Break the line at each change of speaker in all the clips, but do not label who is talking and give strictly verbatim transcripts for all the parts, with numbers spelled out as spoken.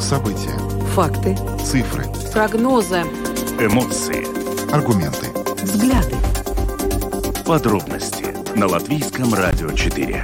События.
Факты.
Цифры.
Прогнозы.
Эмоции.
Аргументы.
Взгляды.
Подробности на Латвийском радио четыре.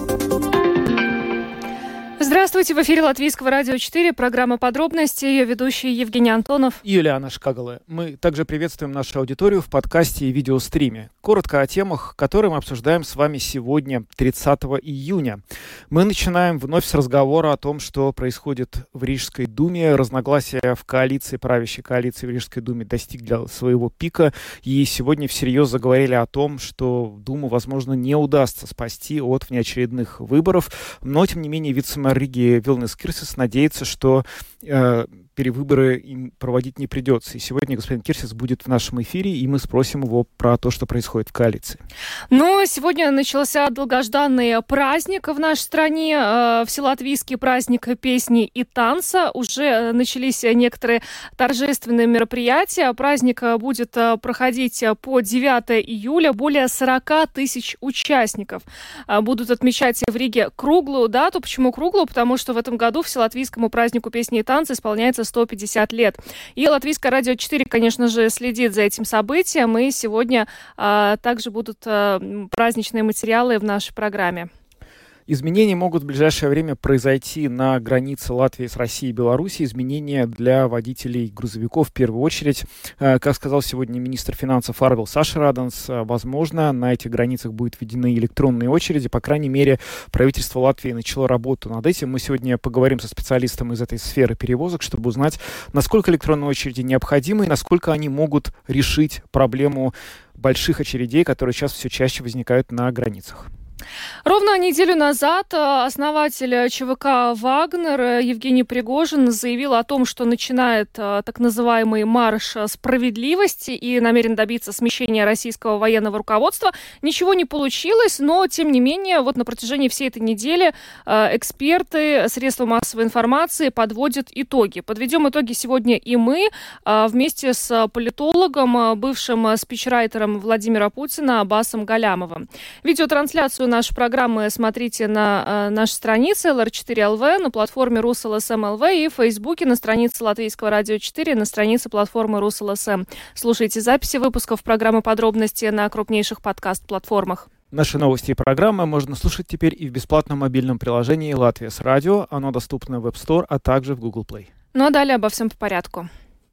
Здравствуйте, в эфире Латвийского радио четыре, программа «Подробности», ее ведущие Евгений Антонов
и Юлиана Шкагала. Мы также приветствуем нашу аудиторию в подкасте и видеостриме. Коротко о темах, которые мы обсуждаем с вами сегодня, тридцатого июня. Мы начинаем вновь с разговора о том, что происходит в Рижской думе. Разногласия в коалиции, правящей коалиции в Рижской думе достигли своего пика. И сегодня всерьез заговорили о том, что Думу, возможно, не удастся спасти от внеочередных выборов. Но, тем не менее, вице-мэр Риги Вилнес Кирсис надеется, что э, перевыборы им проводить не придется. И сегодня господин Кирсис будет в нашем эфире, и мы спросим его про то, что происходит в коалиции.
Ну, сегодня начался долгожданный праздник в нашей стране, э, вселатвийский праздник песни и танца. Уже начались некоторые торжественные мероприятия. Праздник будет проходить по девятого июля. Более сорок тысяч участников будут отмечать в Риге круглую дату. Почему круглую? Потому что в этом году вселатвийскому празднику песни и танца исполняется сто пятьдесят лет. И Латвийское радио четыре, конечно же, следит за этим событием. И сегодня а, также будут а, праздничные материалы в нашей программе.
Изменения могут в ближайшее время произойти на границе Латвии с Россией и Белоруссией. Изменения для водителей грузовиков в первую очередь. Как сказал сегодня министр финансов Арвилс Ашераденс, возможно, на этих границах будут введены электронные очереди. По крайней мере, правительство Латвии начало работу над этим. Мы сегодня поговорим со специалистом из этой сферы перевозок, чтобы узнать, насколько электронные очереди необходимы и насколько они могут решить проблему больших очередей, которые сейчас все чаще возникают на границах.
Ровно неделю назад основатель ЧВК «Вагнер» Евгений Пригожин заявил о том, что начинает так называемый марш справедливости и намерен добиться смещения российского военного руководства. Ничего не получилось, но, тем не менее, вот на протяжении всей этой недели эксперты, средства массовой информации подводят итоги. Подведем итоги сегодня и мы вместе с политологом, бывшим спичрайтером Владимира Путина Аббасом Галямовым. Видеотрансляцию нашей программы смотрите на э, нашей странице эл эр четыре эл ви, на платформе РусЛСМ эл ви и в Фейсбуке на странице Латвийского радио четыре, на странице платформы РусЛСМ. Слушайте записи выпусков программы «Подробности» на крупнейших подкаст-платформах.
Наши новости и программы можно слушать теперь и в бесплатном мобильном приложении «Латвия с радио». Оно доступно в App Store, а также в Google Play.
Ну а далее обо всем по порядку.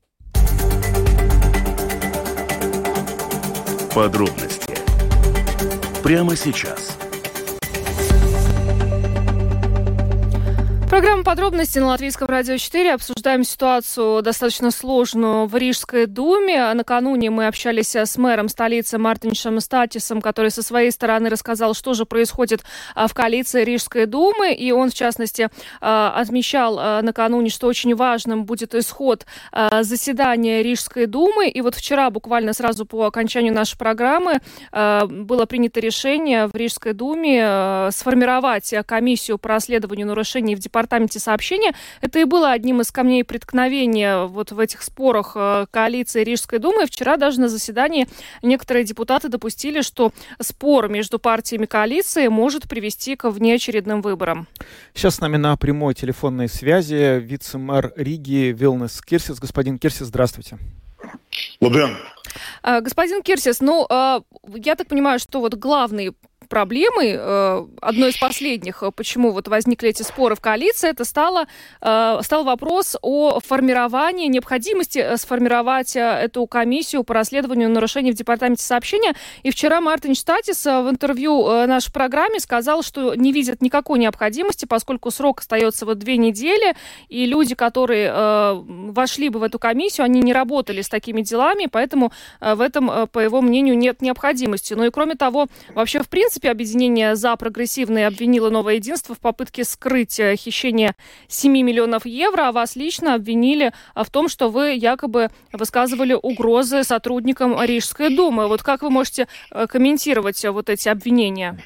Подробности прямо сейчас.
Программа «Подробности» на Латвийском радио четыре. Обсуждаем ситуацию достаточно сложную в Рижской думе. Накануне мы общались с мэром столицы Мартиншем Статисом, который со своей стороны рассказал, что же происходит в коалиции Рижской думы. И он, в частности, отмечал накануне, что очень важным будет исход заседания Рижской думы. И вот вчера, буквально сразу по окончанию нашей программы, было принято решение в Рижской думе сформировать комиссию по расследованию нарушений в департаменте департаменте сообщения. Это и было одним из камней преткновения вот в этих спорах коалиции Рижской думы. Вчера даже на заседании некоторые депутаты допустили, что спор между партиями коалиции может привести к внеочередным выборам.
Сейчас с нами на прямой телефонной связи вице-мэр Риги Вилнес Кирсис. Господин Кирсис, здравствуйте.
Лабден.
Господин Кирсис, ну, я так понимаю, что вот главный проблемой, одной из последних, почему вот возникли эти споры в коалиции, это стало, стал вопрос о формировании, необходимости сформировать эту комиссию по расследованию нарушений в департаменте сообщения. И вчера Мартин Статис в интервью нашей программе сказал, что не видит никакой необходимости, поскольку срок остается вот две недели, и люди, которые вошли бы в эту комиссию, они не работали с такими делами, поэтому в этом, по его мнению, нет необходимости. Ну и кроме того, вообще в принципе объединение «За прогрессивное» обвинило «Новое единство» в попытке скрыть хищение семь миллионов евро, а вас лично обвинили в том, что вы якобы высказывали угрозы сотрудникам Рижской думы. Вот как вы можете комментировать вот эти обвинения?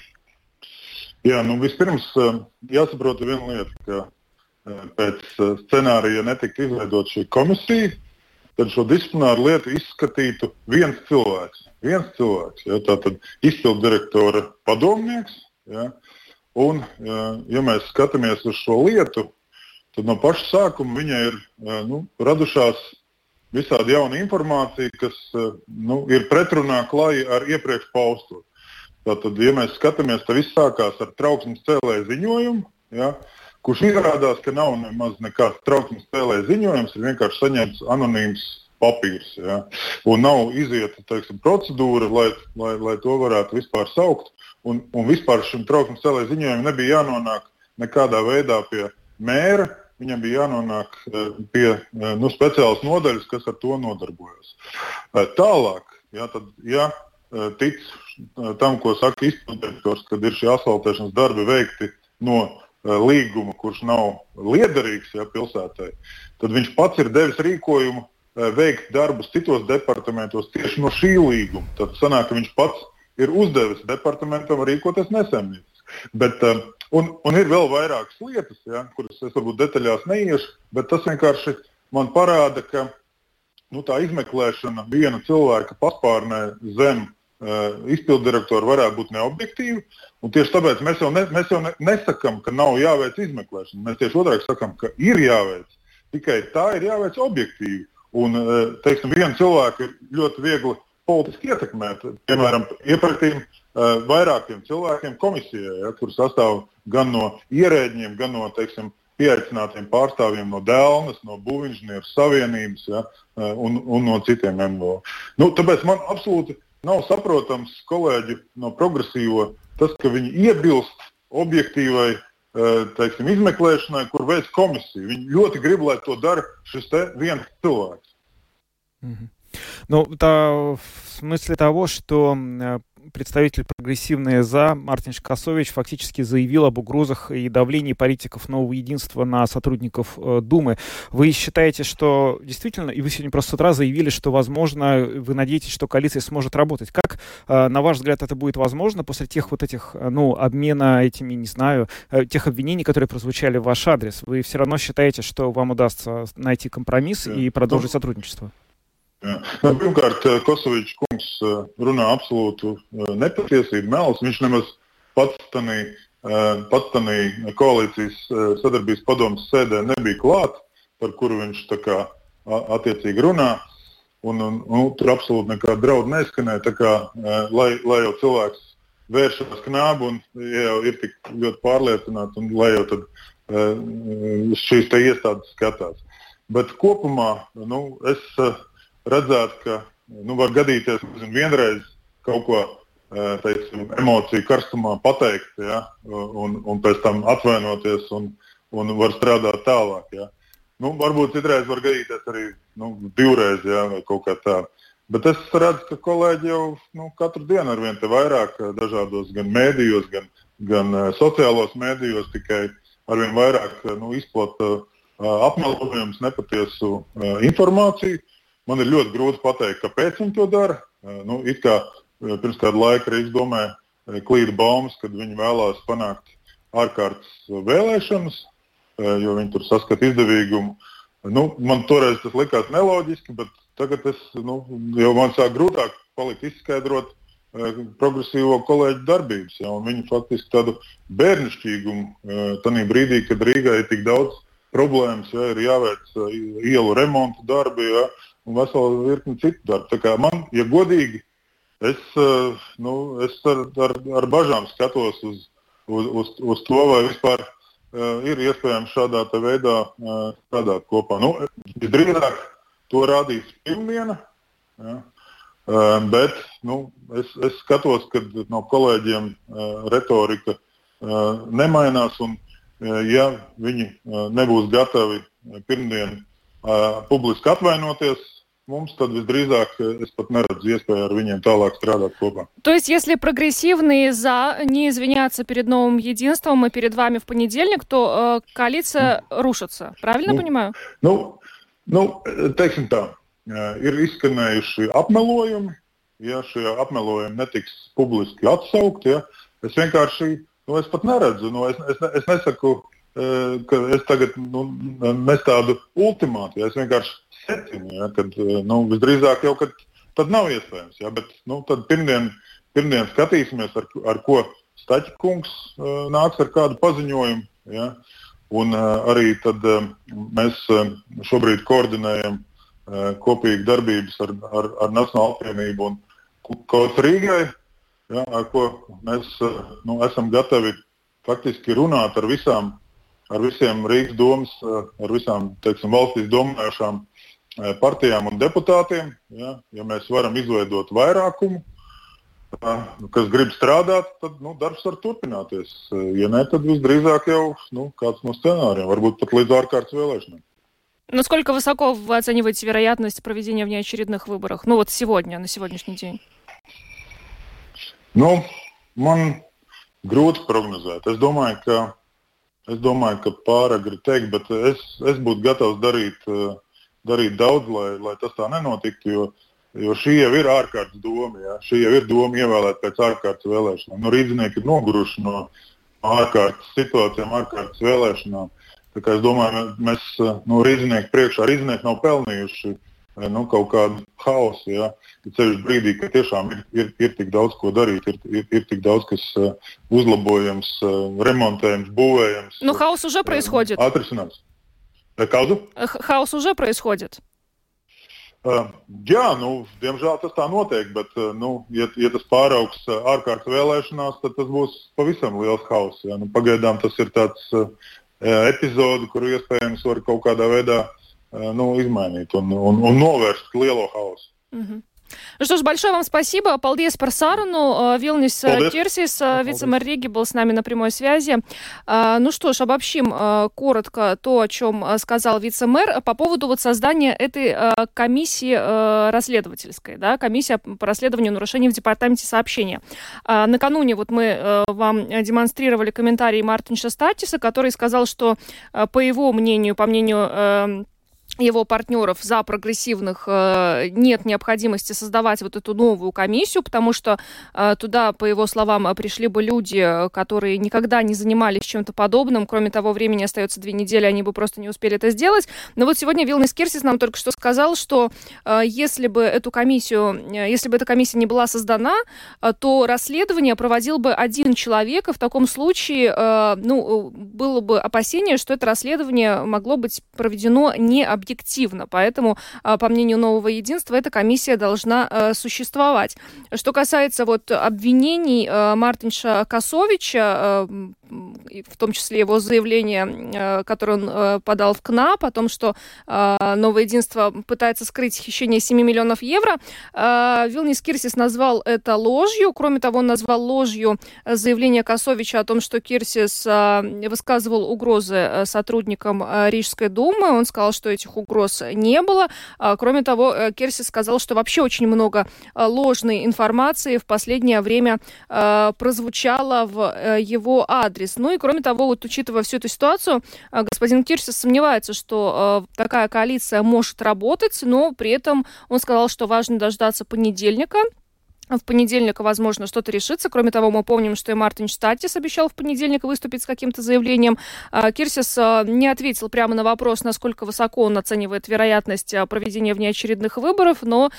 Jā, nu vispirms jāsaprot viena lieta, ka pēc scenārija netiktu izveidot šī komisija, tad šo disciplināru lietu izskatītu viens cilvēks. Viens cilvēks, ja, tātad izpildu direktora padomnieks. Ja, un, ja mēs skatāmies uz šo lietu, tad no paša sākuma viņai ir nu, radušās visādi jauna informācija, kas nu, ir pretrunā klāji ar iepriekš pausto. Tātad, ja mēs skatāmies, tad viss sākās ar trauksmes cēlēju ziņojumu, ja, kurš izrādās, ka nav nemaz nekāds trauksmes cēlēju ziņojums, ir vienkārši saņemts anonīms papīrs. Ja, un nav izieta, teiksim, procedūra, lai, lai, lai to varētu vispār saukt. Un, un vispār šim trauksmes cēlēju ziņojumam nebija jānonāk nekādā veidā pie mēra, viņam bija jānonāk pie nu, speciālas nodaļas, kas ar to nodarbojas. Tālāk, ja, tad, ja tic tam, ko saka izpilddirektors, kad ir šie asfaltēšanas darbi veikti no līguma, kurš nav liederīgs ja, pilsētai, tad viņš pats ir devis rīkojumu veikt darbus citos departamentos tieši no šī līguma. Tad sanāk, ka viņš pats ir uzdevis departamentam rīkoties nesaimnieciski. Bet, un, un ir vēl vairākas lietas, ja, kuras es varbūt detaļās neiešu, bet tas vienkārši man parāda, ka nu, tā izmeklēšana viena cilvēka paspārnē zem uh, izpilddirektora varētu būt neobjektīva. Un tieši tāpēc mēs jau, ne, mēs jau ne, nesakam, ka nav jāveic izmeklēšana. Mēs tieši otrādi sakam, ka ir jāveic. Tikai tā ir jāveic objektīvi. Un, uh, teiksim, vienu cilvēku ir ļoti viegli politiski ietekmēt. Piemēram, iepratīm uh, vairākiem cilvēkiem komisijai, ja, kur sastāv gan no ierēģiem, gan no, teiksim, pieaicinātiem pārstāvjiem no Delnas, no Būvinženieru savienības ja, uh, un, un no citiem M V O. Nu, tāpēc man absolūti nav saprotams kolēģi no progresīvo tas, ka viņi iebilst objektīvai uh, teiksim, izmeklēšanai, kur veic komisija. Viņi ļoti grib, lai to dara šis te viens cilvēks.
Mm-hmm. Ну, это в смысле того, что представитель прогрессивной ЗА Мартин Шкасович фактически заявил об угрозах и давлении политиков Нового Единства на сотрудников э, Думы. Вы считаете, что действительно, и вы сегодня просто с утра заявили, что, возможно, вы надеетесь, что коалиция сможет работать. Как, э, на ваш взгляд, это будет возможно после тех вот этих, ну, обмена этими, не знаю, э, тех обвинений, которые прозвучали в ваш адрес? Вы все равно считаете, что вам удастся найти компромисс и продолжить сотрудничество?
Jā. Nu, pirmkārt, Kosovičs kungs runā absolūtu nepatiesību, melus. Viņš nemaz pats tanī, pats tanī koalīcijas sadarbības padomas sēdē nebija klāt, par kuru viņš tā kā attiecīgi runā. Un, un, un tur absolūti nekāda drauda neskanēja, tā kā, lai, lai jau cilvēks vēršās knābu un ja jau ir tik ļoti pārliecināts, un lai jau tad šīs te iestādes skatās. Bet kopumā, nu, es redzētu, ka nu, var gadīties nezinu, vienreiz kaut ko teiksim, emociju karstumā pateikt ja, un, un pēc tam atvainoties un, un var strādāt tālāk. Ja. Nu, varbūt citreiz var gadīties arī nu, divreiz ja, vai kaut kā tā. Bet es redzu, ka kolēģi jau nu, katru dienu ar vien te vairāk dažādos gan mēdījos, gan, gan sociālos mēdījos tikai ar vien vairāk nu, izplata apmelojums, nepatiesu informāciju. Man ir ļoti grūti pateikt, kāpēc viņi to dara. Nu, it kā pirms kādu laiku Rīgas domē klīda baumas, kad viņi vēlās panākt ārkārtas vēlēšanas, jo viņi tur saskata izdevīgumu. Nu, man toreiz tas likās neloģiski, bet tagad es, nu, jau man sāk grūtāk palikt izskaidrot progresīvo kolēģu darbības. Ja, un viņi faktiski tādu bērnišķīgumu tanī brīdī, kad Rīgā ir tik daudz problēmas, ja, ir jāveic ielu remontu darbi, ja, un veselu virkni citu darbu. Tā kā man, ja godīgi, es, nu, es ar, ar, ar bažām skatos uz, uz, uz, uz to, vai vispār uh, ir iespējams šādā te veidā uh, strādāt kopā. Nu, visdrīzāk to rādīs pirmdiena, ja, uh, bet nu, es, es skatos, ka no kolēģiem uh, retorika uh, nemainās, un uh, ja viņi uh, nebūs gatavi pirmdien uh, publiski atvainoties mums, tad visдризāk es pat нередzu iespēju ar viņiem tālāk strādāt kopā.
То есть, если прогрессивные за не извинятся перед Новым Единством и перед вами в понедельник, то э, коалиция mm. рушится. Правильно
nu,
понимаю?
Nu, nu, teiksim tā, ir izskanējuši apmelojumi, ja šie apmelojumi netiks publiski atsaukti, ja, es vienkārši, nu, es pat neredzu, nu, es, es, es nesaku, ka es tagad nu, nestādu ultimātu, ja, es vienkārši secinu, ja, kad nu, visdrīzāk jau, kad tad nav iespējams, ja, bet nu, tad pirmdien, pirmdien skatīsimies, ar, ar ko Staķa kungs uh, nāks ar kādu paziņojumu, ja, Un arī tad mēs šobrīd koordinējam kopīgi darbības ar, ar, ar Nacionālo apvienību un Kods Rīgai, ja, ar ko mēs nu, esam gatavi faktiski runāt ar visām, ar visiem Rīgas domas, ar visām, teiksim, valstīs domājošām partijām un deputātiem, ja, ja mēs varam izveidot vairākumu, kas grib strādāt, tad nu, darbs var turpināties. Ja ne, tad visdrīzāk jau ну, kāds no сценарием, varbūt pat līdz ārkārtas vēlēšanām.
Насколько высоко вы оцениваете вероятность проведения внеочередных выборов? Ну вот сегодня, на сегодняшний день.
Nu, man grūti prognozēt. Es domāju, ka, es domāju, ka pāragri teikt, bet es, es būtu gatavs darīt, darīt daudz, lai, lai tas tā nenotiktu, jo Jo šī jau ir ārkārtas doma, ja? Šī jau ir doma ievēlēt pēc ārkārtas vēlēšanām. Nu, rīdzinieki ir noguruši no ārkārtas situācijām, ārkārtas vēlēšanām. Tā kā es domāju, mēs nu, rīdzinieki priekšā, rīdzinieki nav pelnījuši nu, kaut kādu hausu. Ja? Ir ceļš brīdī, ka tiešām ir, ir, ir tik daudz ko darīt, ir, ir, ir tik daudz, kas uzlabojams, remontējams, būvējams.
Ну, хаос уже происходит.
Atrisinās. Kādu?
Хаос уже происходит.
Uh, jā, nu, diemžēl tas tā notiek, bet, uh, nu, ja, ja tas pāraugs uh, ārkārtas vēlēšanās, tad tas būs pavisam liels hauss. Ja? Nu, pagaidām tas ir tāds uh, epizode, kuru iespējams var kaut kādā veidā uh, nu, izmainīt un, un, un novērst lielo hausu.
Mm-hmm. Ну что ж, большое вам спасибо. Paldies par sarunu. Vilnis Kirsis, вице-мэр Риги, был с нами на прямой связи. Ну что ж, обобщим коротко то, о чем сказал вице-мэр по поводу вот создания этой комиссии расследовательской, да, комиссия по расследованию нарушений в департаменте сообщения. Накануне вот мы вам демонстрировали комментарий Мартинша Статиса, который сказал, что по его мнению, по мнению его партнеров за прогрессивных э, нет необходимости создавать вот эту новую комиссию, потому что э, туда, по его словам, пришли бы люди, которые никогда не занимались чем-то подобным. Кроме того, времени остается две недели, они бы просто не успели это сделать. Но вот сегодня Vilnis Kirsis нам только что сказал, что э, если бы эту комиссию, э, если бы эта комиссия не была создана, э, то расследование проводил бы один человек, и в таком случае э, ну, было бы опасение, что это расследование могло быть проведено не объективно. объективно. Поэтому, по мнению Нового единства, эта комиссия должна э, существовать. Что касается вот обвинений э, Мартинша Косовича, э, в том числе его заявления, э, которое он э, подал в КНАП, о том, что э, Новое единство пытается скрыть хищение семь миллионов евро, э, Vilnis Kirsis назвал это ложью. Кроме того, он назвал ложью заявление Косовича о том, что Кирсис э, высказывал угрозы э, сотрудникам э, Рижской думы. Он сказал, что этих угроз не было. Кроме того, Кирсис сказал, что вообще очень много ложной информации в последнее время прозвучало в его адрес. Ну и кроме того, вот учитывая всю эту ситуацию, господин Кирсис сомневается, что такая коалиция может работать, но при этом он сказал, что важно дождаться понедельника. В понедельник, возможно, что-то решится. Кроме того, мы помним, что и Мартинш Статис обещал в понедельник выступить с каким-то заявлением. Кирсис не ответил прямо на вопрос, насколько высоко он оценивает вероятность проведения внеочередных выборов, но,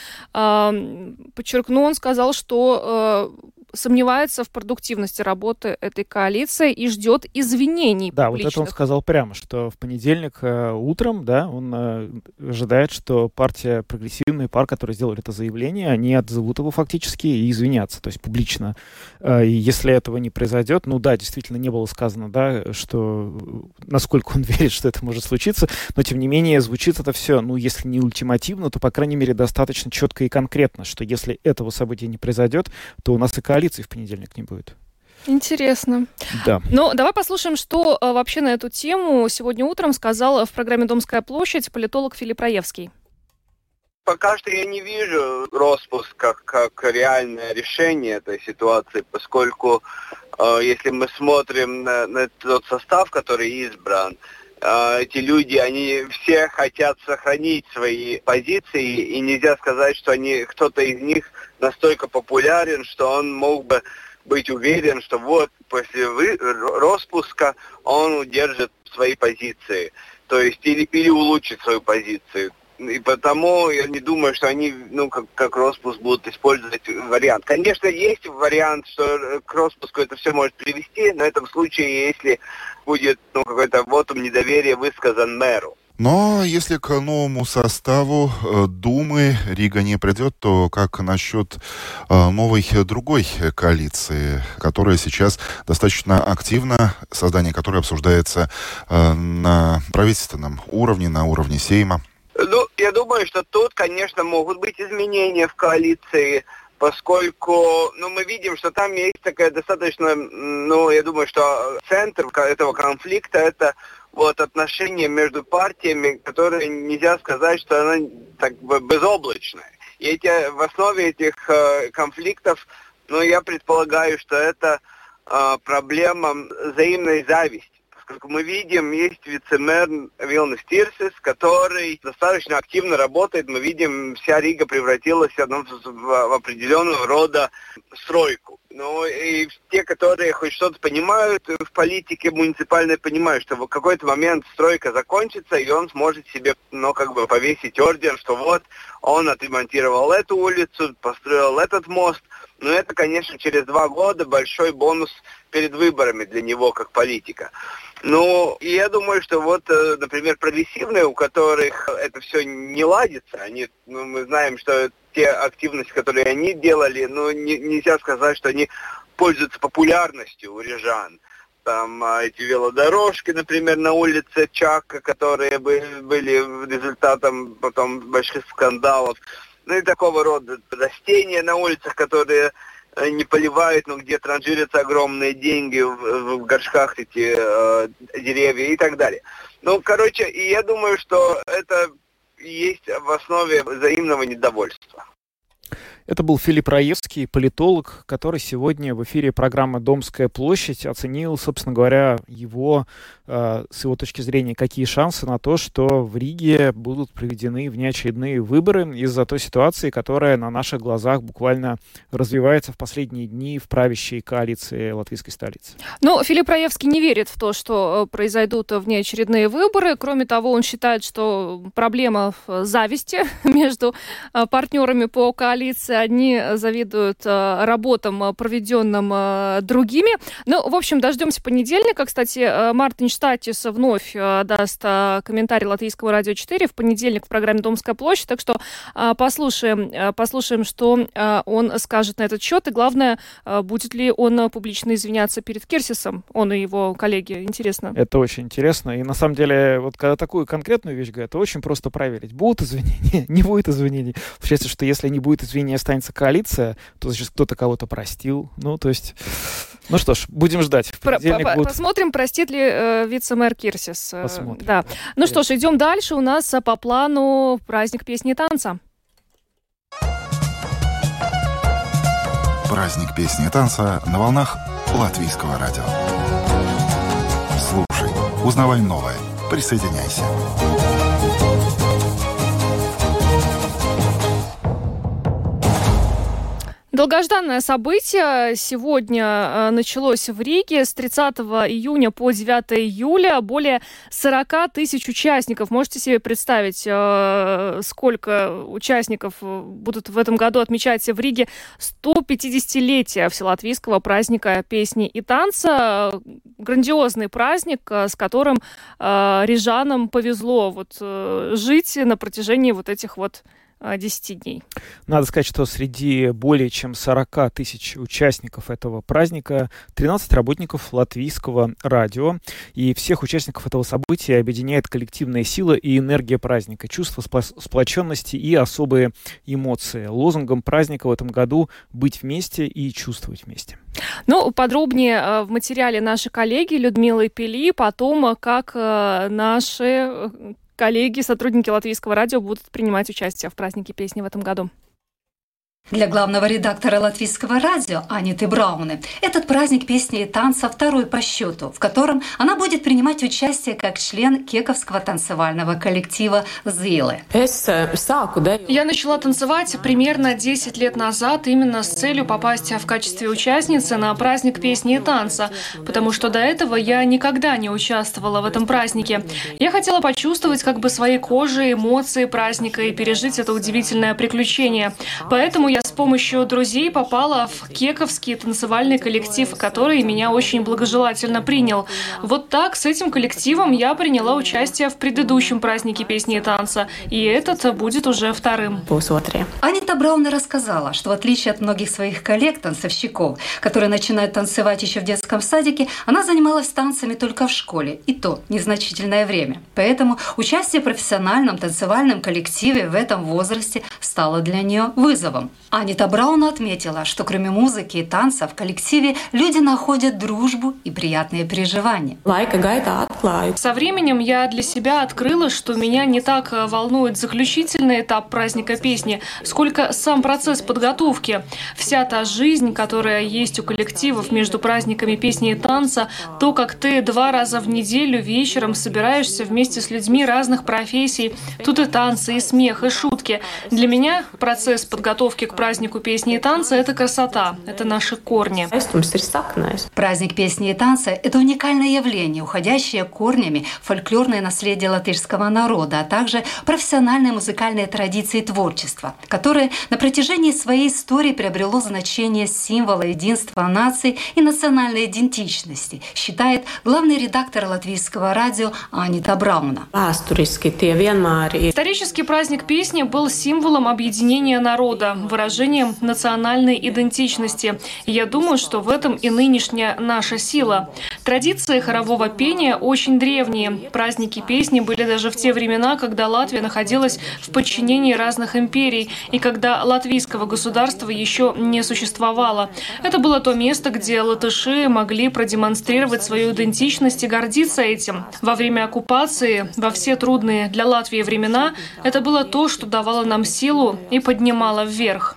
подчеркну, он сказал, что сомневается в продуктивности работы этой коалиции и ждет извинений
да,
публичных.
Вот это он сказал прямо, что в понедельник э, утром, да, он э, ожидает, что партия «Прогрессивная», пар, которые сделали это заявление, они отзовут его фактически и извинятся, то есть публично. Э, и если этого не произойдет, ну да, действительно не было сказано, да, что насколько он верит, что это может случиться, но тем не менее звучит это все, ну если не ультимативно, то по крайней мере достаточно четко и конкретно, что если этого события не произойдет, то у нас и коалиции в понедельник не будет.
Интересно.
Да.
Ну, давай послушаем, что а, вообще на эту тему сегодня утром сказал в программе «Домская площадь» политолог Филипп Раевский.
Пока что я не вижу распуск как, как реальное решение этой ситуации, поскольку э, если мы смотрим на, на тот состав, который избран, э, эти люди, они все хотят сохранить свои позиции, и нельзя сказать, что они, кто-то из них настолько популярен, что он мог бы быть уверен, что вот после вы, распуска он удержит свои позиции, то есть или, или улучшит свою позицию. И потому я не думаю, что они, ну, как, как Роспуск будут использовать вариант. Конечно, есть вариант, что к Роспуску это все может привести, но в этом случае, если будет, ну, какой-то вотум недоверия высказан мэру.
Но если к новому составу э, Думы Рига не придет, то как насчет э, новой другой коалиции, которая сейчас достаточно активна, создание которой обсуждается э, на правительственном уровне, на уровне Сейма?
Ну, я думаю, что тут, конечно, могут быть изменения в коалиции, поскольку, ну, мы видим, что там есть такая достаточно, ну, я думаю, что центр этого конфликта – это вот отношения между партиями, которые нельзя сказать, что она так бы безоблачная. И эти, в основе этих э, конфликтов, ну, я предполагаю, что это э, проблема взаимной зависти. Поскольку мы видим, есть вице-мэр Вилнис Тирсис, который достаточно активно работает. Мы видим, вся Рига превратилась ну, в, в определенного рода стройку. Ну и те, которые хоть что-то понимают в политике муниципальной, понимают, что в какой-то момент стройка закончится, и он сможет себе, ну, как бы повесить орден, что вот он отремонтировал эту улицу, построил этот мост. Но это, конечно, через два года большой бонус перед выборами для него как политика. Ну, и я думаю, что вот, например, прогрессивные, у которых это все не ладится, они, ну, мы знаем, что те активности, которые они делали, ну, не, нельзя сказать, что они пользуются популярностью у рижан. Там а, эти велодорожки, например, на улице Чака, которые были, были результатом потом больших скандалов. Ну и такого рода растения на улицах, которые не поливают, но где транжирятся огромные деньги в, в горшках эти э, деревья и так далее. Ну, короче, и я думаю, что это есть в основе взаимного недовольства.
Это был Филипп Раевский, политолог, который сегодня в эфире программы «Домская площадь» оценил, собственно говоря, его, э, с его точки зрения, какие шансы на то, что в Риге будут проведены внеочередные выборы из-за той ситуации, которая на наших глазах буквально развивается в последние дни в правящей коалиции латвийской столицы.
Ну, Филипп Раевский не верит в то, что произойдут внеочередные выборы. Кроме того, он считает, что проблема в зависти между партнерами по коалиции. Одни завидуют э, работам, проведенным э, другими. Ну, в общем, дождемся понедельника. Кстати, э, Мартин Штатис вновь э, даст э, комментарий Латвийского радио четыре в понедельник в программе «Домская площадь». Так что э, послушаем, э, послушаем, что э, он скажет на этот счет. И главное, э, будет ли он публично извиняться перед Кирсисом, он и его коллеги. Интересно.
Это очень интересно. И на самом деле, вот когда такую конкретную вещь говорят, это очень просто проверить. Будут извинения, не будет извинений. Получается, что если не будет извинений, останется коалиция, то значит кто-то кого-то простил. Ну, то есть, ну что ж, будем ждать. В понедельник
Про-
будут...
Посмотрим, простит ли э, вице-мэр Кирсис.
Посмотрим.
Да. Ну что ж, идем дальше. У нас по плану праздник песни и танца.
Праздник песни и танца на волнах Латвийского радио. Слушай, узнавай новое. Присоединяйся.
Долгожданное событие сегодня э, началось в Риге с тридцатого июня по девятого июля. Более сорок тысяч участников. Можете себе представить, э, сколько участников будут в этом году отмечать в Риге сто пятидесятилетие Вселатвийского праздника песни и танца. Грандиозный праздник, с которым э, рижанам повезло вот, э, жить на протяжении вот этих вот десять дней.
Надо сказать, что среди более чем сорок тысяч участников этого праздника тринадцать работников Латвийского радио. И всех участников этого события объединяет коллективная сила и энергия праздника, чувство сплоченности и особые эмоции. Лозунгом праздника в этом году «Быть вместе и чувствовать вместе».
Ну, подробнее в материале нашей коллеги Людмилы Пели, потом, как наши коллеги, сотрудники Латвийского радио будут принимать участие в празднике песни в этом году.
Для главного редактора Латвийского радио Аниты Брауны этот праздник песни и танца второй по счету, в котором она будет принимать участие как член кековского танцевального коллектива «Зилы».
Я начала танцевать примерно десять лет назад именно с целью попасть в качестве участницы на праздник песни и танца, потому что до этого я никогда не участвовала в этом празднике. Я хотела почувствовать как бы своей кожей эмоции праздника и пережить это удивительное приключение. Поэтому я с помощью друзей попала в кековский танцевальный коллектив, который меня очень благожелательно принял. Вот так, с этим коллективом я приняла участие в предыдущем празднике песни и танца, и этот будет уже вторым.
Анита Брауна рассказала, что в отличие от многих своих коллег-танцовщиков, которые начинают танцевать еще в детском садике, она занималась танцами только в школе, и то незначительное время. Поэтому участие в профессиональном танцевальном коллективе в этом возрасте стало для нее вызовом. Анита Брауна отметила, что кроме музыки и танца в коллективе люди находят дружбу и приятные переживания.
Со временем я для себя открыла, что меня не так волнует заключительный этап праздника песни, сколько сам процесс подготовки. Вся та жизнь, которая есть у коллективов между праздниками песни и танца, то, как ты два раза в неделю вечером собираешься вместе с людьми разных профессий. Тут и танцы, и смех, и шутки. Для меня процесс подготовки к празднику песни и танца – это красота, это наши корни.
Праздник песни и танца – это уникальное явление, уходящее корнями в фольклорное наследие латышского народа, а также профессиональные музыкальные традиции и творчества, которое на протяжении своей истории приобрело значение символа единства нации и национальной идентичности, считает главный редактор Латвийского радио Анита Брауна.
Исторический праздник песни был символом объединения народа, выражением национальной идентичности. И я думаю, что в этом и нынешняя наша сила. Традиции хорового пения очень древние. Праздники песни были даже в те времена, когда Латвия находилась в подчинении разных империй и когда латвийского государства еще не существовало. Это было то место, где латыши могли продемонстрировать свою идентичность и гордиться этим. Во время оккупации, во все трудные для Латвии времена, это было то, что давало нам силу и поднимало вверх.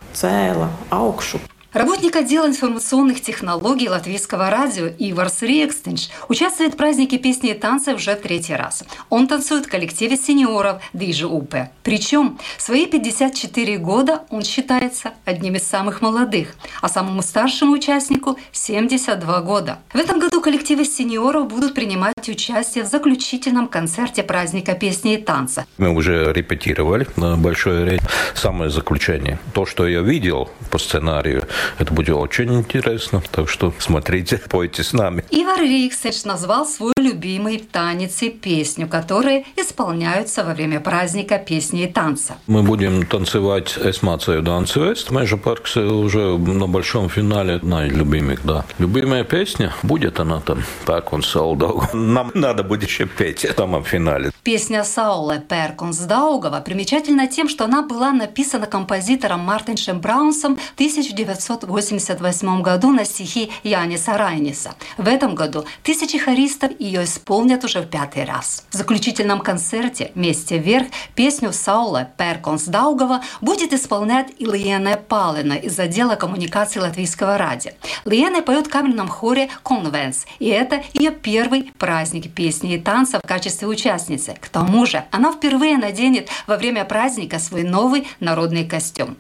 Работник отдела информационных технологий Латвийского радио Иварс Рекстенш участвует в празднике песни и танца уже в третий раз. Он танцует в коллективе сеньоров Дижи Упе. Причем в свои пятьдесят четыре года он считается одним из самых молодых, а самому старшему участнику – семьдесят два года. В этом году коллективы сеньоров будут принимать участие в заключительном концерте праздника песни и танца.
Мы уже репетировали на большой арене. Самое заключение. То, что я видел по сценарию, это будет очень интересно, так что смотрите, пойте с нами.
Ивар Риксенш назвал свой любимый танец и песню, которые исполняются во время праздника песни и танца.
Мы будем танцевать «Es mācēju dancēt». Meža parks уже на большом финале наилюбимых, да. Любимая песня, будет она там «Pērkons Daugava». Нам надо будет еще петь в самом финале.
Песня Saule Pērkons Daugava примечательна тем, что она была написана композитором Мартиншем Браунсом в тысяча девятьсот восемьдесят восьмом году на стихи Яниса Райниса. В этом году тысячи хористов ее исполнят уже в пятый раз. В заключительном концерте «Вместе вверх» песню Saule Pērkons Daugava будет исполнять и Лиена Палина из отдела коммуникации Латвийского радио. Лиена поет в камерном хоре «Конвенс», и это ее первый праздник песни и танца в качестве участницы. К тому же она впервые наденет во время праздника свой новый народный костюм.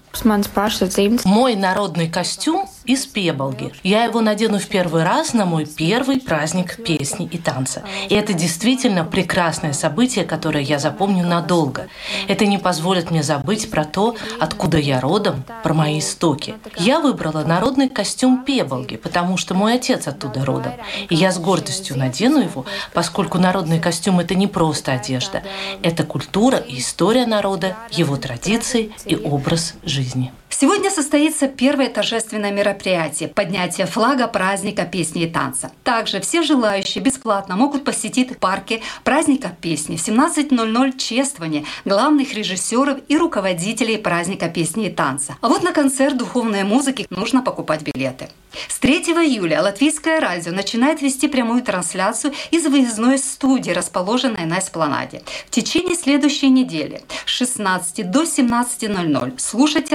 Мой народный костюм из Пеболги. Я его надену в первый раз на мой первый праздник песни и танца. И это действительно прекрасное событие, которое я запомню надолго. Это не позволит мне забыть про то, откуда я родом, про мои истоки. Я выбрала народный костюм Пеболги, потому что мой отец оттуда родом. И я с гордостью надену его, поскольку народный костюм – это не просто одежда. Это культура и история народа, его традиции и образ жизни.
Сегодня состоится первое торжественное мероприятие – поднятие флага праздника песни и танца. Также все желающие бесплатно могут посетить парки праздника песни в семнадцать ноль ноль чествование главных режиссеров и руководителей праздника песни и танца. А вот на концерт духовной музыки нужно покупать билеты. С третьего июля Латвийское радио начинает вести прямую трансляцию из выездной студии, расположенной на эспланаде. В течение следующей недели с шестнадцати до семнадцати ноль ноль слушайте оттуда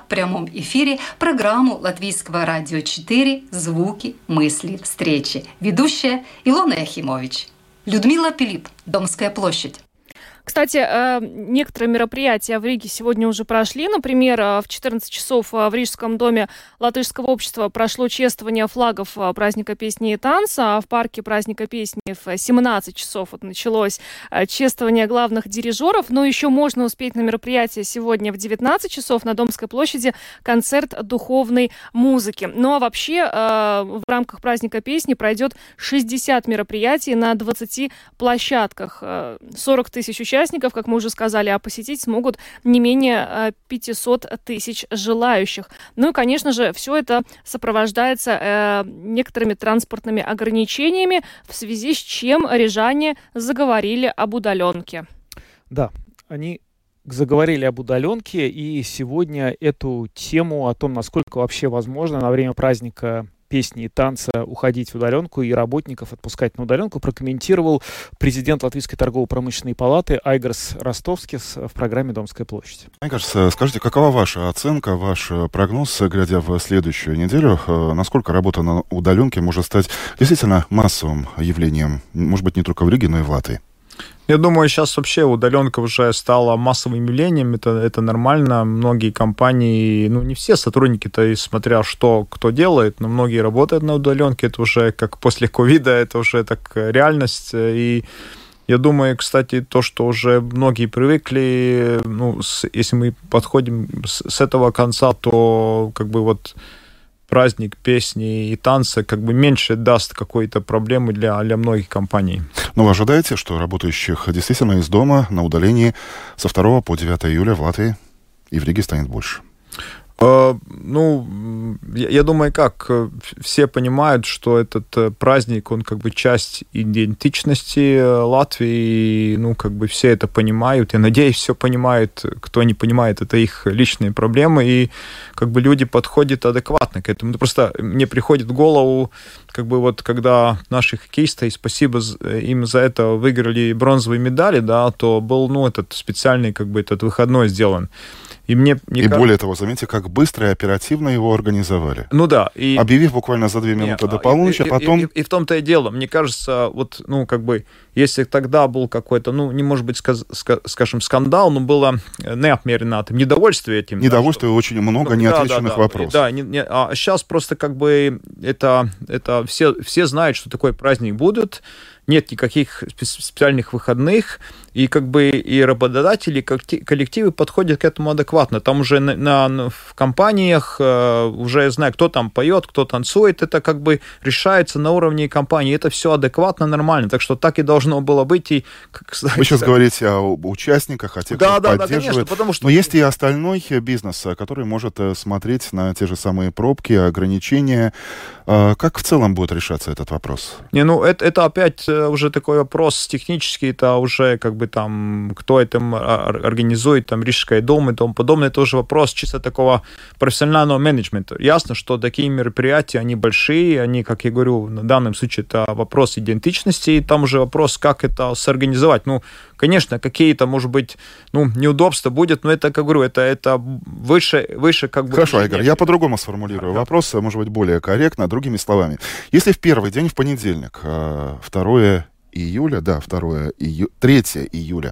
в прямом эфире программу Латвийского радио четыре «Звуки, мысли, встречи». Ведущая Илона Яхимович. Людмила Пилип, Домская площадь.
Кстати, некоторые мероприятия в Риге сегодня уже прошли. Например, в четырнадцать часов в Рижском доме латышского общества прошло чествование флагов праздника песни и танца, а в парке праздника песни в семнадцать часов вот началось чествование главных дирижеров. Но еще можно успеть на мероприятие сегодня в девятнадцать часов на Домской площади концерт духовной музыки. Ну а вообще в рамках праздника песни пройдет шестьдесят мероприятий на двадцати площадках. сорок тысяч участников. Участников, как мы уже сказали, а посетить смогут не менее пятьсот тысяч желающих. Ну и, конечно же, все это сопровождается э, некоторыми транспортными ограничениями, в связи с чем рижане заговорили об удаленке.
Да, они заговорили об удаленке, и сегодня эту тему о том, насколько вообще возможно на время праздника песни и танца уходить в удаленку и работников отпускать на удаленку, прокомментировал президент Латвийской торгово-промышленной палаты Айгарс Ростовскис в программе «Домская площадь».
Айгарс, скажите, какова ваша оценка, ваш прогноз, глядя в следующую неделю? Насколько работа на удаленке может стать действительно массовым явлением, может быть, не только в Риге, но и в Латвии?
Я думаю, сейчас вообще удаленка уже стала массовым явлением, это, это нормально. Многие компании, ну не все сотрудники-то, и смотря что кто делает, но многие работают на удаленке, это уже как после ковида, это уже так реальность. И я думаю, кстати, то, что уже многие привыкли, ну, с, если мы подходим с, с этого конца, то как бы вот праздник песни и танца как бы меньше даст какой-то проблемы для, для многих компаний.
Но вы ожидаете, что работающих действительно из дома на удалении со второго по девятое июля в Латвии и в Риге станет больше?
Uh, ну, я, я думаю, как все понимают, что этот праздник, он как бы часть идентичности Латвии, ну, как бы все это понимают, я надеюсь, все понимают, кто не понимает, это их личные проблемы, и как бы люди подходят адекватно к этому. Просто мне приходит в голову, как бы вот когда наши хоккеисты, и спасибо им за это, выиграли бронзовые медали, да, то был, ну, этот специальный, как бы, этот выходной сделан. И, мне, мне
и
кажется...
более того, заметьте, как быстро и оперативно его организовали.
Ну да. И...
Объявив буквально за две минуты Нет, до полуночи,
и,
а потом...
И, и, и в том-то и дело. Мне кажется, вот, ну, как бы, если тогда был какой-то, ну, не может быть, сказ... скажем, скандал, но было неотмерено недовольствие этим.
Недовольствие,
да,
очень много
ну,
неотвеченных
да, да,
вопросов.
Да, не, не, а сейчас просто как бы это, это все, все знают, что такой праздник будет. Нет никаких специальных выходных, и как бы и работодатели, и коллективы подходят к этому адекватно. Там уже на, на, в компаниях э, уже знаю, кто там поет, кто танцует, это как бы решается на уровне компании, это все адекватно, нормально, так что так и должно было быть. И, как,
Вы сейчас так... говорите о участниках, о тех,
да,
кто
да,
поддерживает,
да, конечно, потому что...
но есть и остальной бизнес, который может смотреть на те же самые пробки, ограничения. Как в целом будет решаться этот вопрос?
Не, ну это, это опять уже такой вопрос технический, это уже как бы там, кто это организует, там, Рижская дума и тому подобное, это уже вопрос чисто такого профессионального менеджмента. Ясно, что такие мероприятия, они большие, они, как я говорю, в данном случае это вопрос идентичности, и там уже вопрос, как это сорганизовать. Ну, конечно, какие-то, может быть, ну, неудобства будет, но это, как говорю, это, это выше, выше как бы...
Хорошо, Игорь, я по-другому сформулирую да. вопрос, может быть, более корректно, другими словами. Если в первый день, в понедельник, второе июля, да, второе ию... третье июля,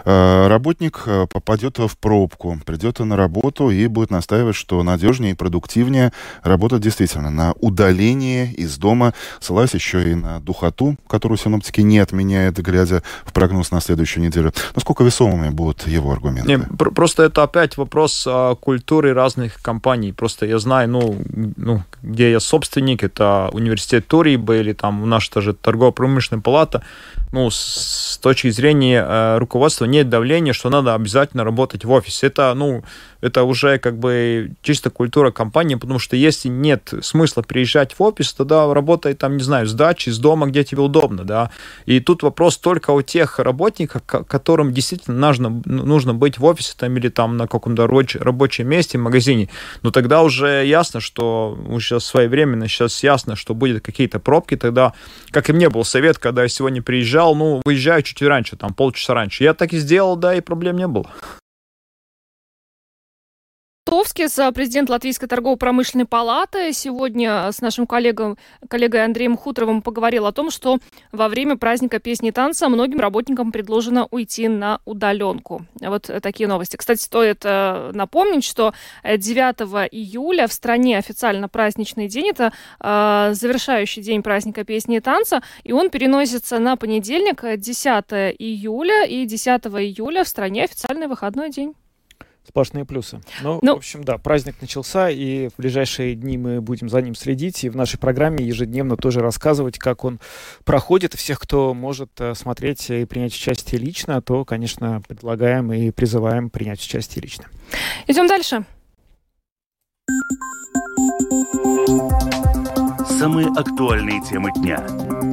работник попадет в пробку, придет на работу и будет настаивать, что надежнее и продуктивнее работать действительно на удалении из дома, ссылаясь еще и на духоту, которую синоптики не отменяют, глядя в прогноз на следующую неделю. Насколько весомыми будут его аргументы?
Не, просто это опять вопрос культуры разных компаний. Просто я знаю, ну, ну где я собственник, это университет Туриба или там наша тоже торгово-промышленная палата. Ну, с точки зрения э, руководства нет давления, что надо обязательно работать в офисе. Это, ну, это уже как бы чисто культура компании, потому что если нет смысла приезжать в офис, тогда работай там, не знаю, с дачи, с дома, где тебе удобно, да. И тут вопрос только у тех работников, которым действительно нужно, нужно быть в офисе там или там на каком-то рабочем месте, в магазине. Но тогда уже ясно, что уже сейчас своевременно, сейчас ясно, что будут какие-то пробки, тогда, как и мне был совет, когда я сегодня приезжал, ну, выезжаю чуть раньше, там, полчаса раньше. Я так и сделал, да, и проблем не было.
Кирскис, президент Латвийской торгово-промышленной палаты, сегодня с нашим коллегой, коллегой Андреем Хуторовым поговорил о том, что во время праздника песни и танца многим работникам предложено уйти на удаленку. Вот такие новости. Кстати, стоит напомнить, что девятого июля в стране официально праздничный день. Это завершающий день праздника песни и танца, и он переносится на понедельник, десятого июля, и десятого июля в стране официальный выходной день.
Сплошные плюсы. Ну,
ну,
в общем, да, праздник начался, и в ближайшие дни мы будем за ним следить, и в нашей программе ежедневно тоже рассказывать, как он проходит. Всех, кто может смотреть и принять участие лично, то, конечно, предлагаем и призываем принять участие лично.
Идем дальше.
Самые актуальные темы дня.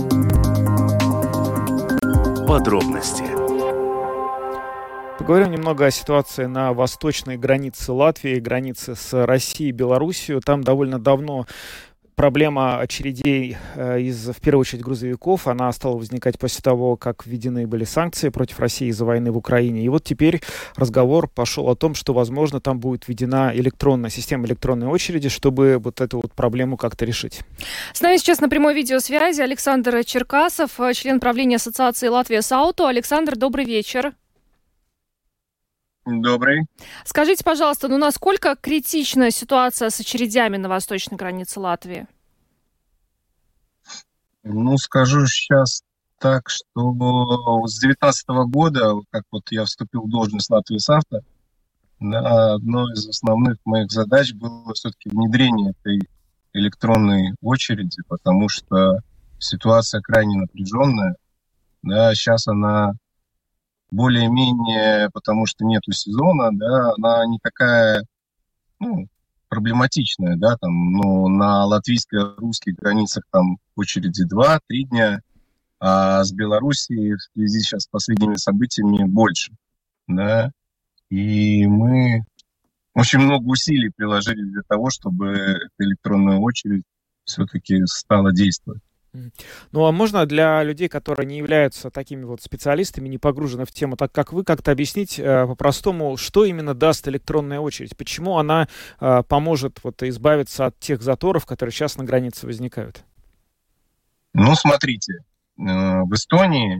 Подробности.
Поговорим немного о ситуации на восточной границе Латвии, границе с Россией и Белоруссией. Там довольно давно проблема очередей э, из, в первую очередь, грузовиков, она стала возникать после того, как введены были санкции против России из-за войны в Украине. И вот теперь разговор пошел о том, что, возможно, там будет введена электронная система электронной очереди, чтобы вот эту вот проблему как-то решить.
С нами сейчас на прямой видеосвязи Александр Черкасов, член правления Ассоциации Латвия Сауто. Александр, добрый вечер.
Добрый.
Скажите, пожалуйста, ну насколько критична ситуация с очередями на восточной границе Латвии?
Ну, скажу сейчас так, что с две тысячи девятнадцатого года, как вот я вступил в должность Латвии Сауто, да, одной из основных моих задач было все-таки внедрение этой электронной очереди, потому что ситуация крайне напряженная. Да, сейчас она более-менее, потому что нету сезона, да, она не такая, ну, проблематичная, да, там, но на латвийско-русских границах там очереди два-три дня, а с Белоруссией в связи сейчас с последними событиями больше, да, и мы очень много усилий приложили для того, чтобы эта электронная очередь все-таки стала действовать.
Ну, а можно для людей, которые не являются такими вот специалистами, не погружены в тему, так как вы, как-то объяснить э, по-простому, что именно даст электронная очередь? Почему она э, поможет вот избавиться от тех заторов, которые сейчас на границе возникают?
Ну, смотрите, э, в Эстонии,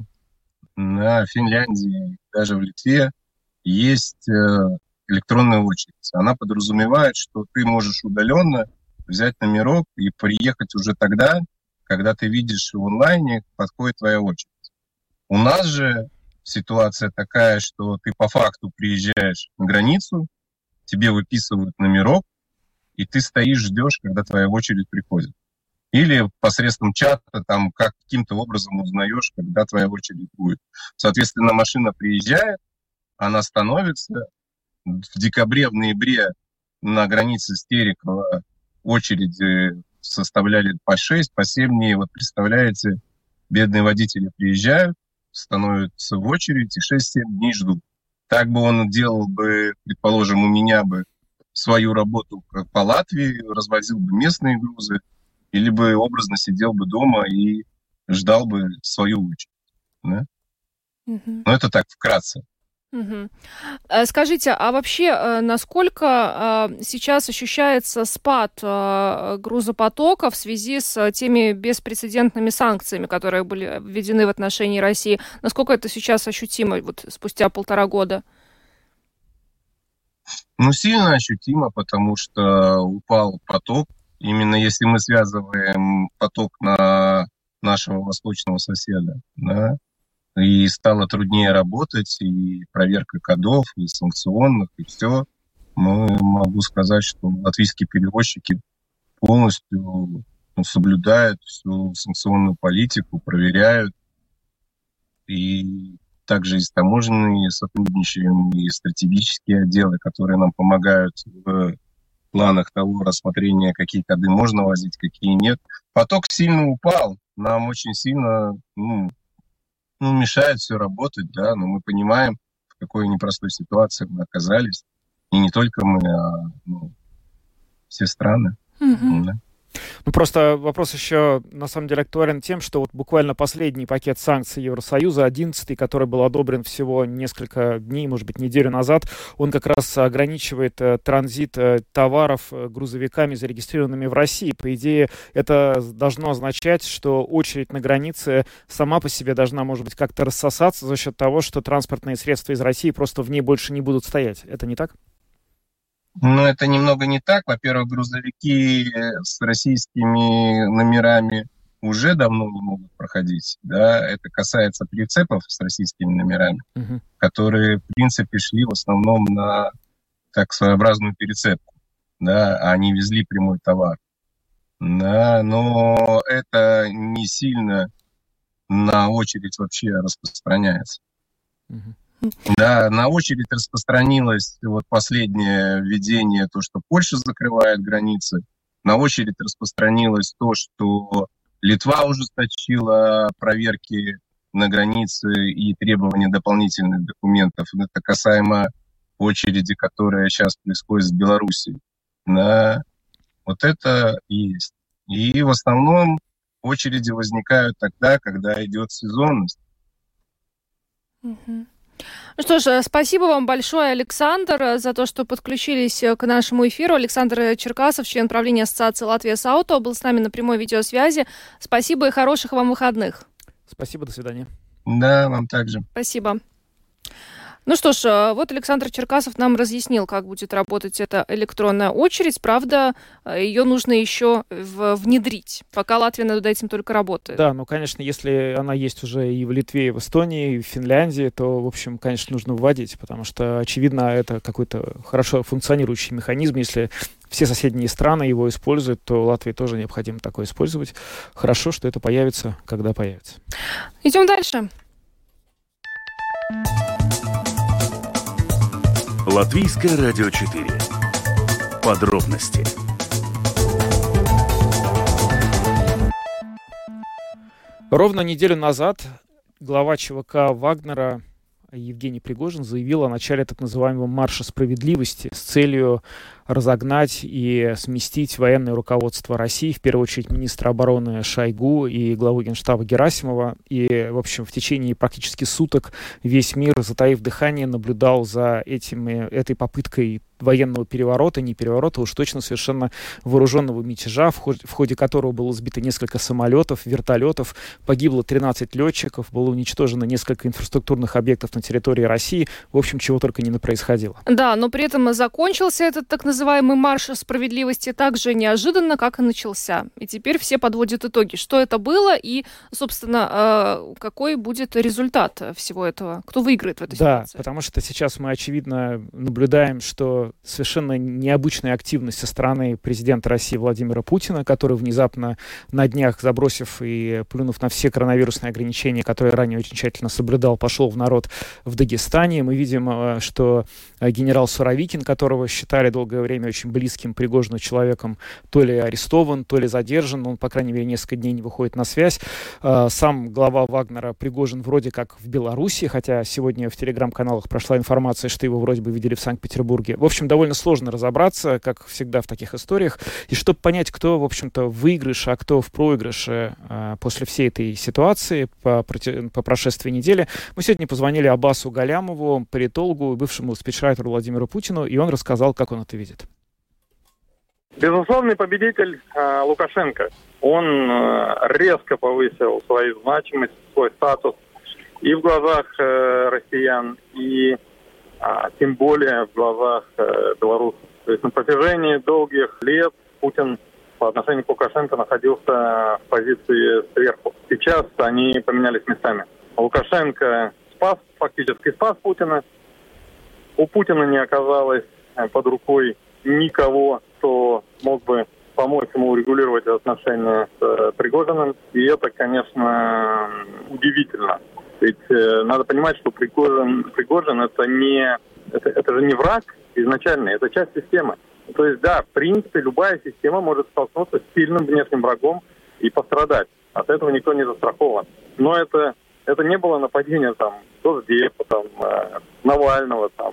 на Финляндии, даже в Литве есть э, электронная очередь. Она подразумевает, что ты можешь удаленно взять номерок и приехать уже тогда, когда ты видишь в онлайне, подходит твоя очередь. У нас же ситуация такая, что ты по факту приезжаешь на границу, тебе выписывают номерок, и ты стоишь, ждешь, когда твоя очередь приходит. Или посредством чата там как каким-то образом узнаешь, когда твоя очередь будет. Соответственно, машина приезжает, она становится. В декабре, в ноябре на границе с Терекова очереди составляли по шесть, по семь дней. Вот представляете, бедные водители приезжают, становятся в очередь и шесть-семь дней ждут. Так бы он делал бы, предположим, у меня бы свою работу по Латвии, развозил бы местные грузы, или бы образно сидел бы дома и ждал бы свою очередь. Да? Mm-hmm. Но это так, вкратце.
Угу. Скажите, а вообще, насколько сейчас ощущается спад грузопотока в связи с теми беспрецедентными санкциями, которые были введены в отношении России? Насколько это сейчас ощутимо вот, спустя полтора года?
Ну, сильно ощутимо, потому что упал поток. Именно если мы связываем поток на нашего восточного соседа, да, и стало труднее работать, и проверка кодов, и санкционных, и все. Мы, могу сказать, что латвийские перевозчики полностью ну, соблюдают всю санкционную политику, проверяют. И также и с таможенными сотрудничаем, и стратегические отделы, которые нам помогают в планах того рассмотрения, какие коды можно возить, какие нет. Поток сильно упал. Нам очень сильно... Ну, Ну, мешает все работать, да, но мы понимаем, в какой непростой ситуации мы оказались. И не только мы, а ну, все страны.
Mm-hmm.
Да.
Ну, просто вопрос еще, на самом деле, актуален тем, что вот буквально последний пакет санкций Евросоюза, одиннадцатый, который был одобрен всего несколько дней, может быть, неделю назад, он как раз ограничивает э, транзит э, товаров э, грузовиками, зарегистрированными в России. По идее, это должно означать, что очередь на границе сама по себе должна, может быть, как-то рассосаться за счет того, что транспортные средства из России просто в ней больше не будут стоять. Это не так?
Но это немного не так. Во-первых, грузовики с российскими номерами уже давно не могут проходить. Да? Это касается прицепов с российскими номерами, uh-huh. которые, в принципе, шли в основном на так своеобразную перецепку. Да? Они везли прямой товар. Да? Но это не сильно на очередь вообще распространяется. Uh-huh. Да, на очередь распространилось вот последнее введение, то, что Польша закрывает границы. На очередь распространилось то, что Литва ужесточила проверки на границе и требования дополнительных документов. Это касаемо очереди, которая сейчас происходит с Белоруссией. Да, вот это и есть. И в основном очереди возникают тогда, когда идет сезонность.
Mm-hmm. Ну что ж, спасибо вам большое, Александр, за то, что подключились к нашему эфиру. Александр Черкасов, член правления Ассоциации «Латвия с Ауто», был с нами на прямой видеосвязи. Спасибо и хороших вам выходных.
Спасибо, до свидания.
Да, вам также.
Спасибо. Ну что ж, вот Александр Черкасов нам разъяснил, как будет работать эта электронная очередь. Правда, ее нужно еще внедрить, пока Латвия над этим только работает.
Да, ну, конечно, если она есть уже и в Литве, и в Эстонии, и в Финляндии, то, в общем, конечно, нужно вводить, потому что, очевидно, это какой-то хорошо функционирующий механизм. Если все соседние страны его используют, то Латвии тоже необходимо такое использовать. Хорошо, что это появится, когда появится.
Идем дальше.
Латвийское радио четыре. Подробности.
Ровно неделю назад глава ЧВК Вагнера Евгений Пригожин заявил о начале так называемого марша справедливости с целью разогнать и сместить военное руководство России, в первую очередь министра обороны Шойгу и главу Генштаба Герасимова. И, в общем, в течение практически суток весь мир, затаив дыхание, наблюдал за этими, этой попыткой военного переворота, не переворота, уж точно совершенно вооруженного мятежа, в ходе, в ходе которого было сбито несколько самолетов, вертолетов, погибло тринадцать летчиков, было уничтожено несколько инфраструктурных объектов на территории России. В общем, чего только не происходило.
Да, но при этом закончился этот так называемый марш справедливости так же неожиданно, как и начался. И теперь все подводят итоги. Что это было и, собственно, какой будет результат всего этого? Кто выиграет в этой
да,
ситуации? Да,
потому что сейчас мы, очевидно, наблюдаем, что совершенно необычная активность со стороны президента России Владимира Путина, который внезапно на днях, забросив и плюнув на все коронавирусные ограничения, которые ранее очень тщательно соблюдал, пошел в народ в Дагестане. Мы видим, что генерал Суровикин, которого считали долгое время очень близким Пригожину человеком, то ли арестован, то ли задержан, он, по крайней мере, несколько дней не выходит на связь. Сам глава Вагнера Пригожин вроде как в Беларуси, хотя сегодня в телеграм-каналах прошла информация, что его вроде бы видели в Санкт-Петербурге. В общем, довольно сложно разобраться, как всегда в таких историях. И чтобы понять, кто, в общем-то, в выигрыше, а кто в проигрыше э, после всей этой ситуации по, по прошествии недели, мы сегодня позвонили Аббасу Галямову, политологу, бывшему спичрайтеру Владимиру Путину, и он рассказал, как он это видит.
Безусловный победитель э, Лукашенко. Он э, резко повысил свою значимость, свой статус и в глазах э, россиян, и а тем более в глазах э, белорусов. То есть на протяжении долгих лет Путин по отношению к Лукашенко находился в позиции сверху. Сейчас они поменялись местами. Лукашенко спас, фактически спас Путина. У Путина не оказалось под рукой никого, кто мог бы помочь ему урегулировать отношения с э, Пригожиным. И это, конечно, удивительно. Ведь э, надо понимать, что Пригожин, Пригожин это не это, это же не враг изначально, это часть системы. То есть, да, в принципе, любая система может столкнуться с сильным внешним врагом и пострадать. От этого никто не застрахован. Но это, это не было нападение там Госдепа, там, э, Навального, там,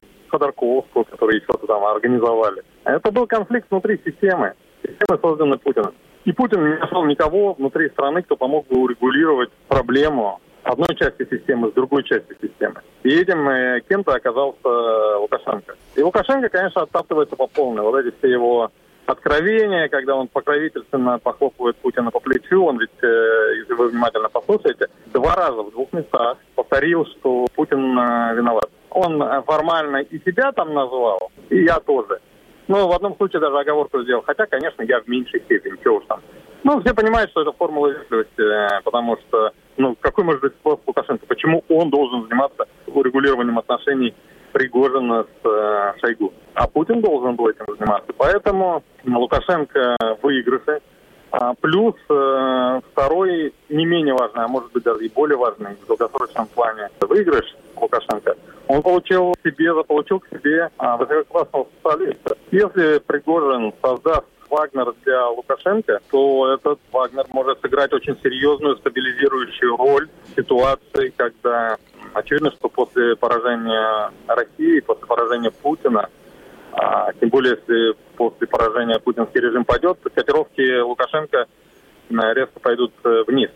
Ходорковского, которые что-то там организовали. Это был конфликт внутри системы. Системы созданы Путиным. И Путин не нашел никого внутри страны, кто помог бы урегулировать проблему одной части системы с другой части системы. И этим э, кем-то оказался Лукашенко. И Лукашенко, конечно, оттаптывается по полной. Вот эти все его откровения, когда он покровительственно похлопывает Путина по плечу, он ведь, э, если вы внимательно послушаете, два раза в двух местах повторил, что Путин э, виноват. Он э, формально и себя там назвал, и я тоже. Но в одном случае даже оговорку сделал. Хотя, конечно, я в меньшей степени, чего уж там. Ну, все понимают, что это формула вежливости, э, потому что, ну, какой может быть способ Лукашенко? Почему он должен заниматься урегулированием отношений Пригожина с э, Шойгу? А Путин должен был этим заниматься. Поэтому Лукашенко в выигрыше. А плюс э, второй, не менее важный, а может быть даже и более важный в долгосрочном плане выигрыш Лукашенко, он получил к себе, заполучил к себе а, высококлассного специалиста. Если Пригожин создаст Вагнер для Лукашенко, то этот Вагнер может сыграть очень серьезную стабилизирующую роль в ситуации, когда очевидно, что после поражения России, после поражения Путина, а, тем более, если после поражения путинский режим пойдет, котировки Лукашенко резко пойдут вниз.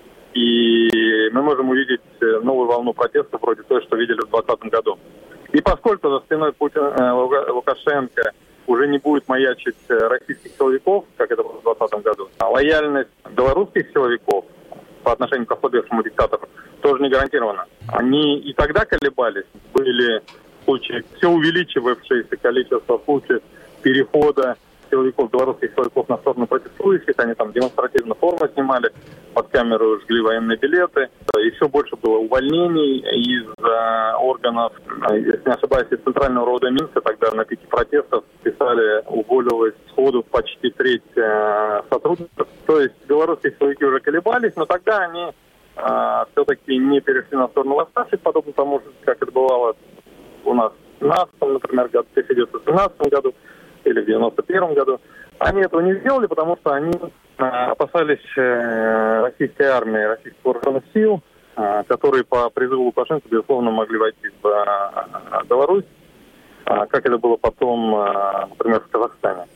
И мы можем увидеть новую волну протеста, вроде той, что видели в двадцатом году. И поскольку за спиной Путина, Лукашенко уже не будет маячить российских силовиков, как это было в двадцатом году, а лояльность белорусских силовиков по отношению к ослабевшему диктатору тоже не гарантирована. Они и тогда колебались, были случаи, все увеличивавшееся количество случаев перехода силовиков, белорусских силовиков на сторону протестующих, они там демонстративно форму снимали, под камеру жгли военные билеты. Еще больше было увольнений из э, органов, если не ошибаюсь, из Центрального рода Минска, тогда на пике протестов писали, уволилось сходу почти треть э, сотрудников. То есть белорусские силовики уже колебались, но тогда они э, все-таки не перешли на сторону восставших, подобно тому, как это бывало у нас в семнадцатом, например, году, в тысяча девятьсот семнадцатом году или в девяносто первом году. Они этого не сделали, потому что они э, опасались э, российской армии, российских вооруженных сил, э, которые по призыву Лукашенко, безусловно, могли войти в э, Беларусь, э, как это было потом, э, например, в Казахстане.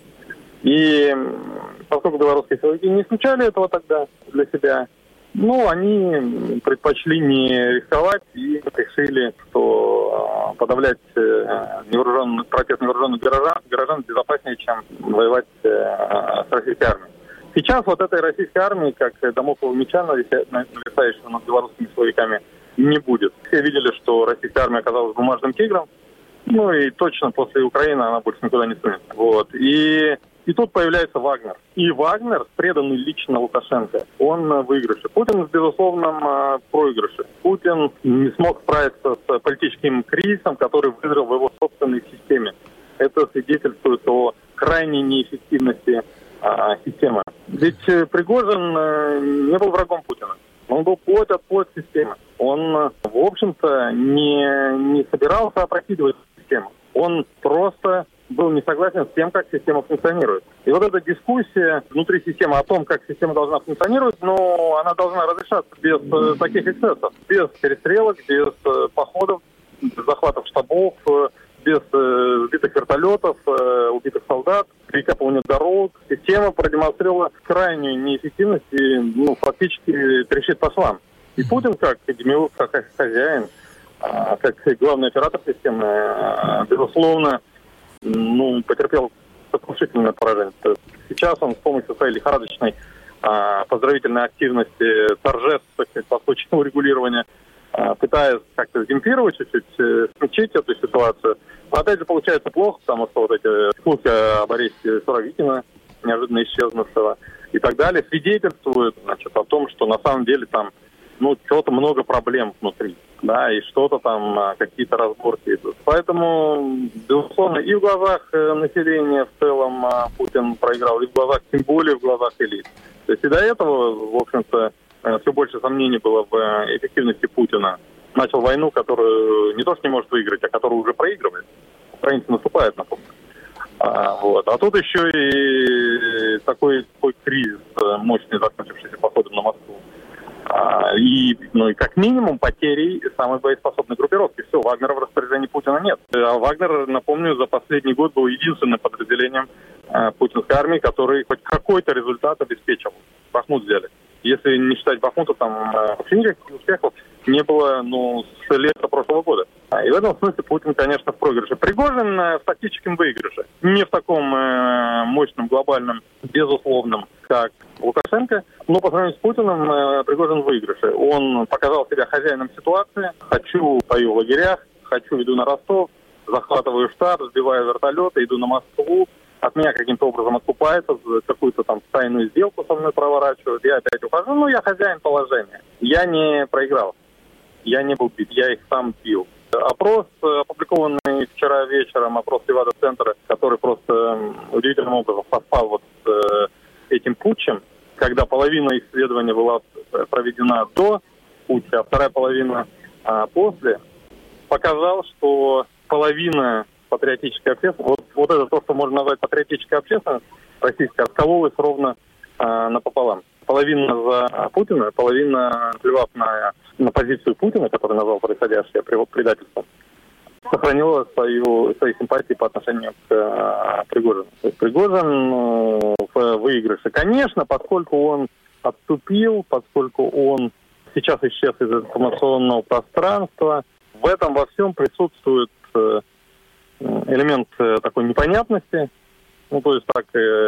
И поскольку белорусские силовики не исключали этого тогда для себя, ну, они предпочли не рисковать и решили, что подавлять невооруженный, протест невооруженных горожан, горожан безопаснее, чем воевать с российской армией. Сейчас вот этой российской армии, как дамоклового меча, нависающего над белорусскими силовиками, не будет. Все видели, что российская армия оказалась бумажным тигром, ну и точно после Украины она больше никуда не сунет. Вот. И И тут появляется Вагнер. И Вагнер, преданный лично Лукашенко, он в выигрыше. Путин в безусловном проигрыше. Путин не смог справиться с политическим кризисом, который вызрел в его собственной системе. Это свидетельствует о крайней неэффективности а, системы. Ведь Пригожин не был врагом Путина. Он был плоть от плоть системы. Он, в общем-то, не, не собирался опрокидывать систему. Он просто был не согласен с тем, как система функционирует. И вот эта дискуссия внутри системы о том, как система должна функционировать, ну, она должна разрешаться без э, таких эксцессов, без перестрелок, без э, походов, без захватов штабов, э, без э, сбитых вертолетов, э, убитых солдат, перекапывания дорог. Система продемонстрировала крайнюю неэффективность и, ну, фактически трещит по швам. И Путин, как демиург, как хозяин, э, как главный оператор системы, э, безусловно, ну, потерпел сокрушительное поражение. Сейчас он с помощью своей лихорадочной а, поздравительной активности, торжеств, так сказать, по случаю урегулирования, а, пытаясь как-то демпфировать чуть-чуть, смягчить эту ситуацию. Но опять же получается плохо, потому что вот эти слухи об аресте Суровикина, неожиданно исчезнувшего, и так далее, свидетельствуют, значит, о том, что на самом деле там, ну, что-то много проблем внутри, да, и что-то там, какие-то разборки идут. Поэтому, безусловно, и в глазах населения в целом Путин проиграл, и в глазах, тем более в глазах элит. То есть и до этого, в общем-то, все больше сомнений было в эффективности Путина. Начал войну, которую не то что не может выиграть, а которую уже проигрывает. Украинцы наступают на Путина. А, вот. а тут еще и такой, такой кризис мощный, закончившийся походом на Москву. И, ну, и как минимум потери самой боеспособной группировки. Все, Вагнера в распоряжении Путина нет. А Вагнер, напомню, за последний год был единственным подразделением э, путинской армии, который хоть какой-то результат обеспечил. Бахмут взяли. Если не считать Бахмута, там э, вообще никаких успехов не было, ну, с лета прошлого года. И в этом смысле Путин, конечно, в проигрыше. Пригожин э, в тактическом выигрыше. Не в таком э, мощном, глобальном, безусловном, как Лукашенко, но по сравнению с Путиным э, Пригожин в выигрыше. Он показал себя хозяином ситуации. Хочу, пою в лагерях, хочу, иду на Ростов, захватываю штаб, сбиваю вертолеты, иду на Москву. От меня каким-то образом откупается, какую-то там тайную сделку со мной проворачивают. Я опять ухожу, ну, я хозяин положения. Я не проиграл. Я не был бит, я их сам бил. Опрос, опубликованный вчера вечером, опрос Левада-центра, который просто удивительным образом совпал вот с этим путчем, когда половина исследования была проведена до путча, а вторая половина а, после, показал, что половина патриотической общественности, вот, вот это то, что можно назвать патриотической общественностью российской, откололась ровно а, напополам. Половина за Путина, половина, плевав на, на позицию Путина, который назвал происходящее предательством, сохранила свою, свои симпатии по отношению к э, Пригожину. То есть Пригожин э, в выигрыше. Конечно, поскольку он отступил, поскольку он сейчас исчез из информационного пространства, в этом во всем присутствует э, элемент э, такой непонятности. Ну, то есть так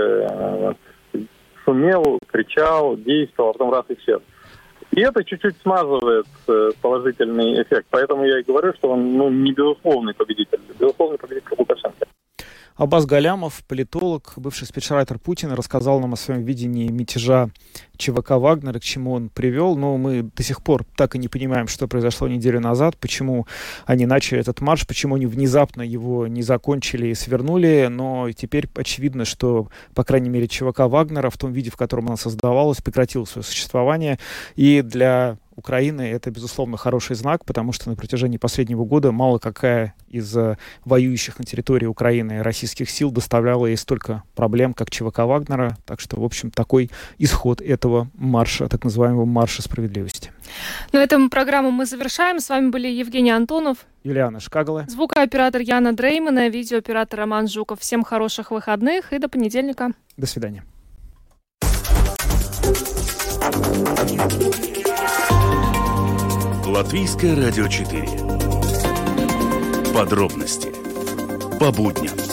э, шумел, кричал, действовал, а потом раз исчез. И это чуть-чуть смазывает э, положительный эффект. Поэтому я и говорю, что он, ну, не безусловный победитель. Безусловный победитель Лукашенко.
Аббас Галямов, политолог, бывший спичрайтер Путина, рассказал нам о своем видении мятежа ЧВК «Вагнер» и к чему он привел. Но мы до сих пор так и не понимаем, что произошло неделю назад, почему они начали этот марш, почему они внезапно его не закончили и свернули. Но теперь очевидно, что, по крайней мере, ЧВК «Вагнера» в том виде, в котором она создавалась, прекратила свое существование. И для Украины это, безусловно, хороший знак, потому что на протяжении последнего года мало какая из воюющих на территории Украины российских сил доставляла ей столько проблем, как ЧВК «Вагнера». Так что, в общем, такой исход этого марша, так называемого марша справедливости.
На этом программу мы завершаем. С вами были Евгений Антонов,
Юлиана Шкагала,
звукооператор Яна Дреймана, видеооператор Роман Жуков. Всем хороших выходных и до понедельника.
До свидания.
Латвийское радио четыре. Подробности по будням.